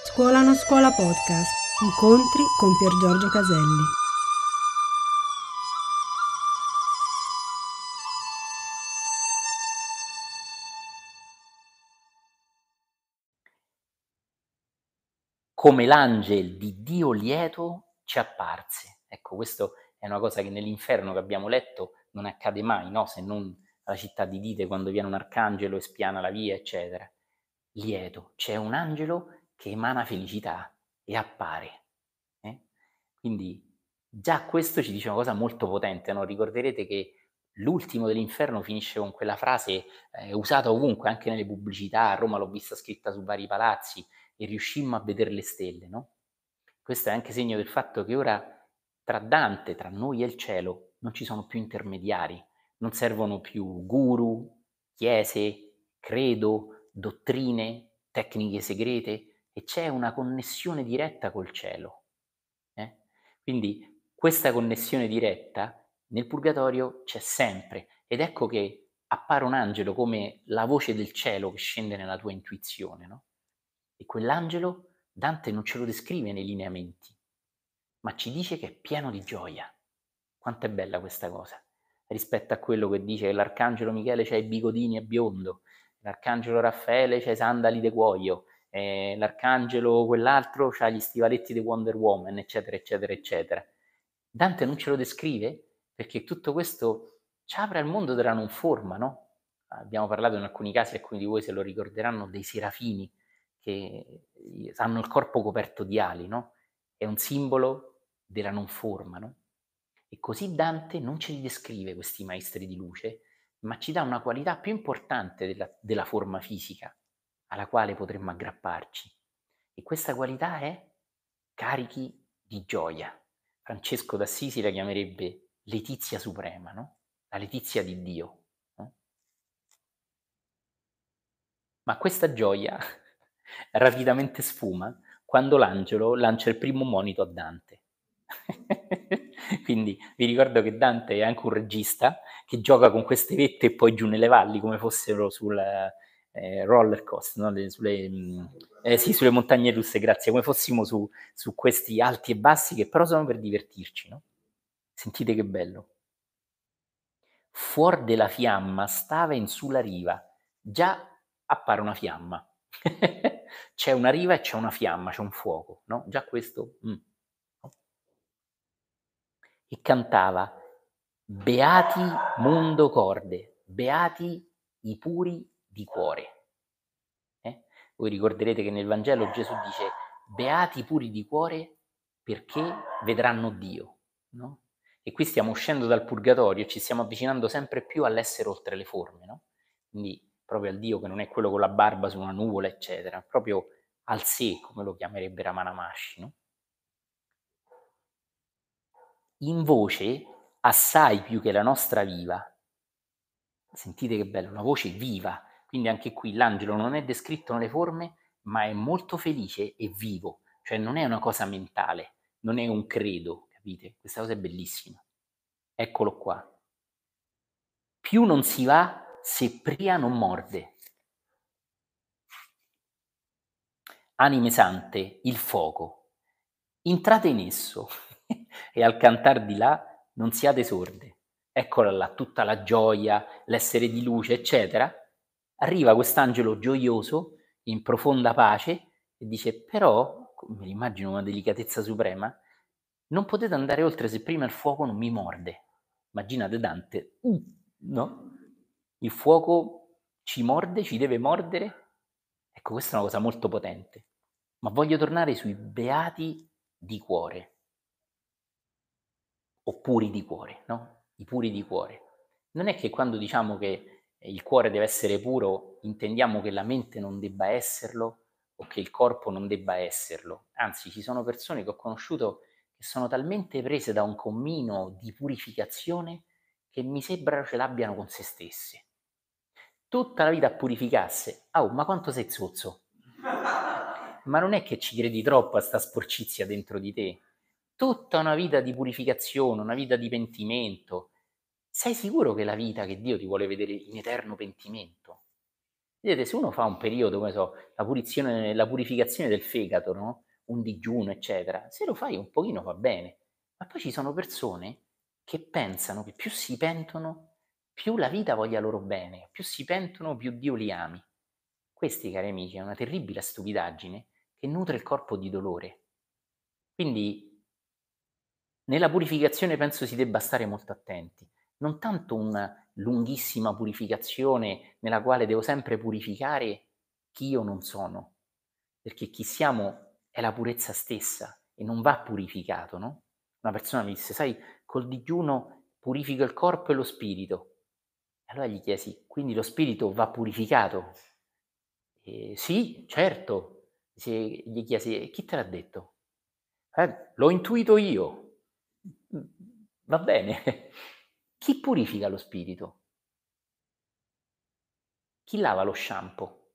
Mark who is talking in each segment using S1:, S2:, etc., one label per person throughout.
S1: Scuola non scuola podcast. Incontri con Pier Giorgio Caselli.
S2: Come l'angel di Dio lieto ci apparse. Ecco, questo è una cosa che nell'inferno che abbiamo letto non accade mai, no? Se non alla città di Dite quando viene un arcangelo e spiana la via, eccetera. Lieto, c'è un angelo che emana felicità e appare. Quindi già questo ci dice una cosa molto potente, no? Ricorderete che l'ultimo dell'inferno finisce con quella frase usata ovunque, anche nelle pubblicità, a Roma l'ho vista scritta su vari palazzi, e riuscimmo a vedere le stelle, no? Questo è anche segno del fatto che ora tra Dante, tra noi e il cielo, non ci sono più intermediari, non servono più guru, chiese, credo, dottrine, tecniche segrete, e c'è una connessione diretta col cielo. Quindi questa connessione diretta nel purgatorio c'è sempre, ed ecco che appare un angelo come la voce del cielo che scende nella tua intuizione, no? E quell'angelo Dante non ce lo descrive nei lineamenti, ma ci dice che è pieno di gioia. Quanto è bella questa cosa, rispetto a quello che dice che l'arcangelo Michele c'ha i bigodini e biondo, l'arcangelo Raffaele c'ha i sandali de cuoio, l'arcangelo quell'altro c'ha gli stivaletti di Wonder Woman, eccetera, eccetera, eccetera. Dante non ce lo descrive perché tutto questo ci apre al mondo della non forma, no? Abbiamo parlato in alcuni casi, alcuni di voi se lo ricorderanno, dei serafini che hanno il corpo coperto di ali, no? È un simbolo della non forma, no? E così Dante non ce li descrive questi maestri di luce, ma ci dà una qualità più importante della forma fisica alla quale potremmo aggrapparci. E questa qualità è carichi di gioia. Francesco d'Assisi la chiamerebbe letizia suprema, no? La letizia di Dio. No? Ma questa gioia rapidamente sfuma quando l'angelo lancia il primo monito a Dante. Quindi vi ricordo che Dante è anche un regista che gioca con queste vette e poi giù nelle valli come fossero sul roller coaster, no? Sulle montagne russe, grazie, come fossimo su questi alti e bassi che però sono per divertirci, no? Sentite che bello. Fuor della fiamma stava in sulla riva. Già appare una fiamma. C'è una riva e c'è una fiamma, c'è un fuoco, no? Già questo. E cantava: Beati mundo corde, beati i puri di cuore. Voi ricorderete che nel Vangelo Gesù dice: Beati i puri di cuore perché vedranno Dio, no? E qui stiamo uscendo dal purgatorio e ci stiamo avvicinando sempre più all'essere oltre le forme, no? Quindi proprio al Dio che non è quello con la barba su una nuvola, eccetera, proprio al sé, come lo chiamerebbe Ramana Maharshi, no? In voce assai più che la nostra viva. Sentite che bello, una voce viva. Quindi anche qui l'angelo non è descritto nelle forme, ma è molto felice e vivo. Cioè non è una cosa mentale, non è un credo, capite? Questa cosa è bellissima. Eccolo qua. Più non si va se pria non morde. Anime sante, il fuoco. Entrate in esso e al cantar di là non siate sorde. Eccola là, tutta la gioia, l'essere di luce, eccetera. Arriva quest'angelo gioioso, in profonda pace, e dice, però, me l'immagino una delicatezza suprema, non potete andare oltre se prima il fuoco non mi morde. Immaginate Dante, no? Il fuoco ci morde, ci deve mordere. Ecco, questa è una cosa molto potente. Ma voglio tornare sui beati di cuore, o puri di cuore, no? I puri di cuore. Non è che quando diciamo che il cuore deve essere puro, intendiamo che la mente non debba esserlo o che il corpo non debba esserlo. Anzi, ci sono persone che ho conosciuto che sono talmente prese da un cammino di purificazione che mi sembra ce l'abbiano con se stesse. Tutta la vita a purificarsi. Oh, ma quanto sei zozzo? Ma non è che ci credi troppo a sta sporcizia dentro di te? Tutta una vita di purificazione, una vita di pentimento. Sei sicuro che è la vita che Dio ti vuole vedere in eterno pentimento? Vedete, se uno fa un periodo, come so, la purificazione del fegato, no? Un digiuno, eccetera, se lo fai un pochino va bene, ma poi ci sono persone che pensano che più si pentono, più la vita voglia loro bene, più si pentono, più Dio li ami. Questi, cari amici, è una terribile stupidaggine che nutre il corpo di dolore. Quindi nella purificazione penso si debba stare molto attenti, non tanto una lunghissima purificazione nella quale devo sempre purificare chi io non sono, perché chi siamo è la purezza stessa e non va purificato, no? Una persona mi disse, sai, col digiuno purifico il corpo e lo spirito. E allora gli chiesi, quindi lo spirito va purificato? Sì, certo. Gli chiesi, e chi te l'ha detto? L'ho intuito io. Va bene. Chi purifica lo spirito? Chi lava lo shampoo?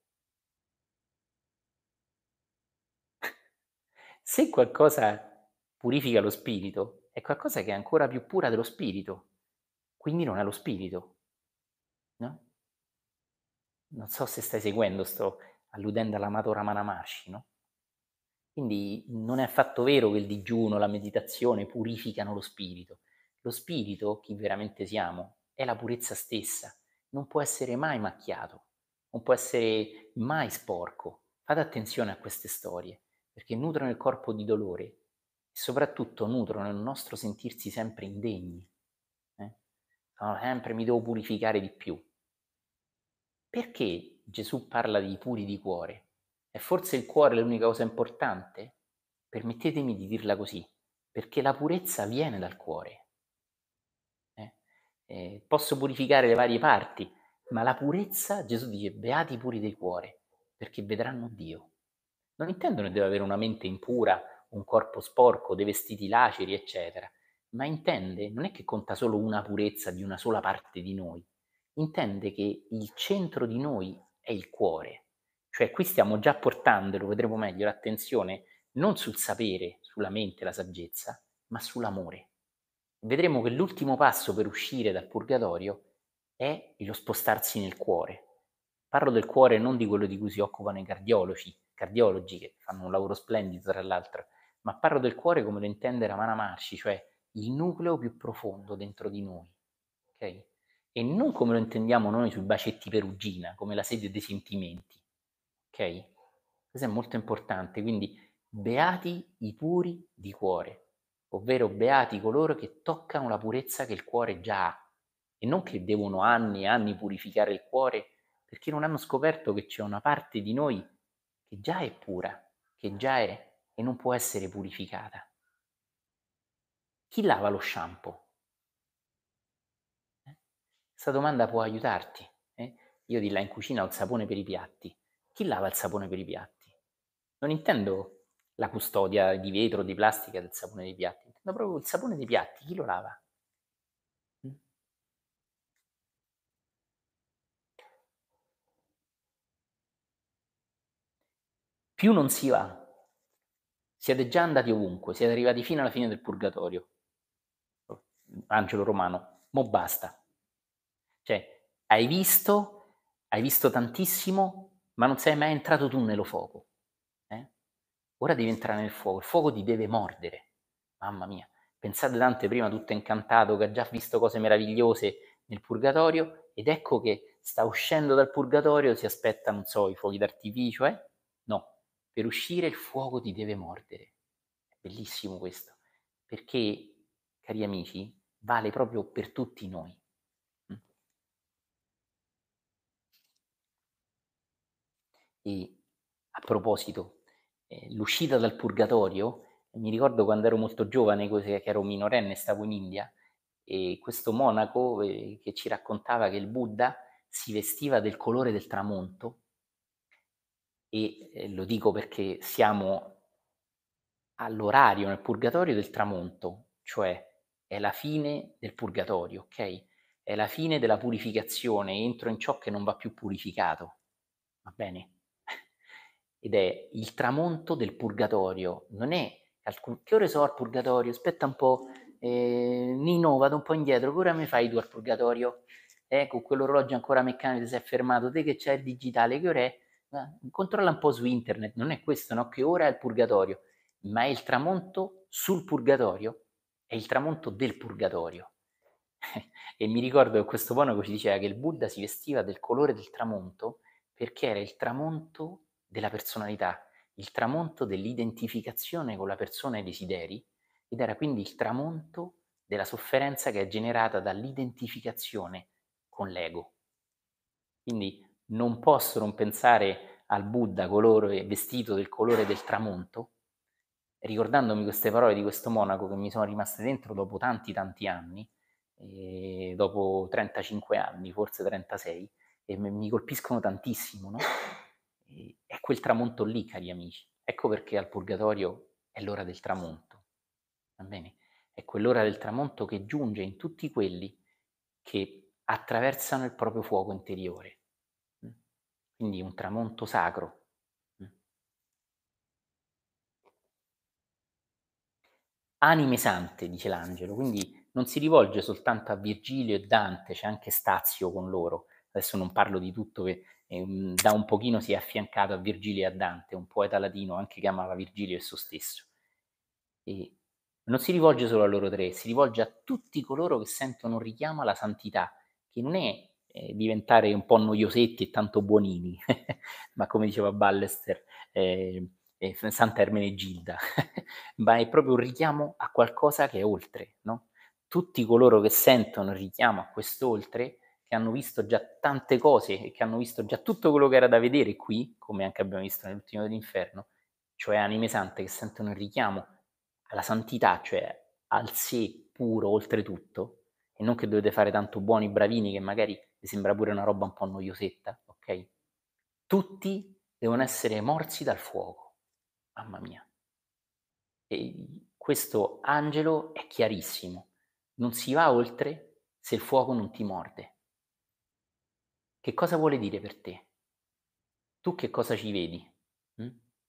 S2: Se qualcosa purifica lo spirito, è qualcosa che è ancora più pura dello spirito, quindi non è lo spirito, no? Non so se stai seguendo, sto alludendo all'amato Ramana Maharshi, no? Quindi non è affatto vero che il digiuno, la meditazione purificano lo spirito. Lo spirito, chi veramente siamo, è la purezza stessa, non può essere mai macchiato, non può essere mai sporco. Fate attenzione a queste storie, perché nutrono il corpo di dolore e soprattutto nutrono il nostro sentirsi sempre indegni. Sempre mi devo purificare di più. Perché Gesù parla di puri di cuore? È forse il cuore l'unica cosa importante? Permettetemi di dirla così, perché la purezza viene dal cuore. Posso purificare le varie parti, ma la purezza, Gesù dice, beati i puri del cuore, perché vedranno Dio. Non intendono che deve avere una mente impura, un corpo sporco, dei vestiti laceri, eccetera, ma intende, non è che conta solo una purezza di una sola parte di noi, intende che il centro di noi è il cuore. Cioè qui stiamo già portando, lo vedremo meglio, l'attenzione non sul sapere, sulla mente, la saggezza, ma sull'amore. Vedremo che l'ultimo passo per uscire dal purgatorio è lo spostarsi nel cuore. Parlo del cuore non di quello di cui si occupano i cardiologi che fanno un lavoro splendido tra l'altro, ma parlo del cuore come lo intende Ramana Maharshi, cioè il nucleo più profondo dentro di noi, ok? E non come lo intendiamo noi sui bacetti perugina, come la sede dei sentimenti, ok? Questo è molto importante, quindi beati i puri di cuore, ovvero beati coloro che toccano la purezza che il cuore già ha e non che devono anni e anni purificare il cuore perché non hanno scoperto che c'è una parte di noi che già è pura, che già è e non può essere purificata. Chi lava lo shampoo? Questa domanda può aiutarti. Io di là in cucina ho il sapone per i piatti. Chi lava il sapone per i piatti? Non intendo la custodia di vetro o di plastica del sapone dei piatti, intendo proprio il sapone dei piatti. Chi lo lava? Mm? Più non si va. Siete già andati ovunque, siete arrivati fino alla fine del purgatorio. Angelo Romano, mo basta. Cioè, hai visto tantissimo, ma non sei mai entrato tu nello fuoco. Ora devi entrare nel fuoco, il fuoco ti deve mordere. Mamma mia, pensate Dante prima tutto incantato, che ha già visto cose meravigliose nel purgatorio, ed ecco che sta uscendo dal purgatorio, si aspetta, non so, i fuochi d'artificio, No, per uscire il fuoco ti deve mordere. È bellissimo questo, perché, cari amici, vale proprio per tutti noi. Mm? E a proposito, l'uscita dal purgatorio, mi ricordo quando ero molto giovane, che ero minorenne, stavo in India, e questo monaco che ci raccontava che il Buddha si vestiva del colore del tramonto, e lo dico perché siamo all'orario nel purgatorio del tramonto, cioè è la fine del purgatorio, ok? È la fine della purificazione, entro in ciò che non va più purificato, va bene? Ed è il tramonto del purgatorio, non è che ore so al purgatorio? Aspetta un po', Nino, vado un po' indietro, che ora mi fai tu al purgatorio? con quell'orologio ancora meccanico ti sei fermato, te che c'hai il digitale, che ora è? Controlla un po' su internet, non è questo, no? Che ora è il purgatorio, ma è il tramonto sul purgatorio, è il tramonto del purgatorio. E mi ricordo che questo monaco ci diceva che il Buddha si vestiva del colore del tramonto perché era il tramonto della personalità, il tramonto dell'identificazione con la persona e i desideri, ed era quindi il tramonto della sofferenza che è generata dall'identificazione con l'ego. Quindi non posso non pensare al Buddha vestito del colore del tramonto, ricordandomi queste parole di questo monaco che mi sono rimaste dentro dopo tanti tanti anni, dopo 35 anni, forse 36, e mi colpiscono tantissimo, no? È quel tramonto lì, cari amici. Ecco perché al purgatorio è l'ora del tramonto, va bene? È quell'ora del tramonto che giunge in tutti quelli che attraversano il proprio fuoco interiore. Quindi un tramonto sacro. Anime sante, dice l'angelo, quindi non si rivolge soltanto a Virgilio e Dante, c'è anche Stazio con loro. Adesso non parlo di tutto che da un pochino si è affiancato a Virgilio e a Dante, un poeta latino anche che amava Virgilio esso stesso. E non si rivolge solo a loro tre, si rivolge a tutti coloro che sentono un richiamo alla santità, che non è diventare un po' noiosetti e tanto buonini, ma come diceva Ballester, Santa Ermenegilda, ma è proprio un richiamo a qualcosa che è oltre, no? Tutti coloro che sentono il richiamo a quest'oltre, che hanno visto già tante cose e che hanno visto già tutto quello che era da vedere qui, come anche abbiamo visto nell'ultimo dell'inferno, cioè anime sante che sentono il richiamo alla santità, cioè al sé puro oltretutto, e non che dovete fare tanto buoni, bravini, che magari vi sembra pure una roba un po' noiosetta, ok? Tutti devono essere morsi dal fuoco, mamma mia. E questo angelo è chiarissimo, non si va oltre se il fuoco non ti morde. Che cosa vuole dire per te? Tu che cosa ci vedi? Mm?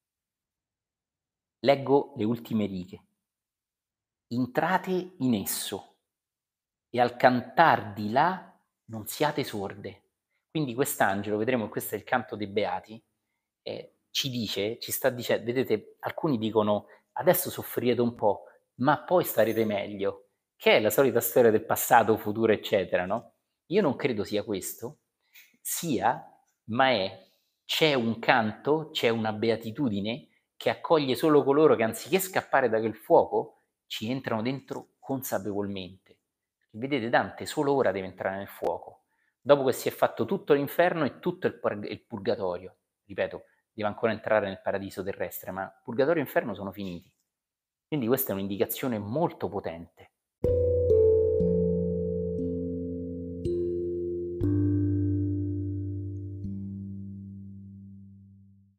S2: Leggo le ultime righe. Entrate in esso e al cantar di là non siate sorde. Quindi quest'angelo, vedremo che questo è il canto dei beati, ci dice, ci sta dicendo, vedete, alcuni dicono adesso soffrirete un po', ma poi starete meglio, che è la solita storia del passato, futuro, eccetera, no? Io non credo sia questo, sia, ma c'è un canto, c'è una beatitudine che accoglie solo coloro che anziché scappare da quel fuoco, ci entrano dentro consapevolmente. Vedete, Dante solo ora deve entrare nel fuoco, dopo che si è fatto tutto l'inferno e tutto il purgatorio. Ripeto, deve ancora entrare nel paradiso terrestre, ma purgatorio e inferno sono finiti. Quindi questa è un'indicazione molto potente.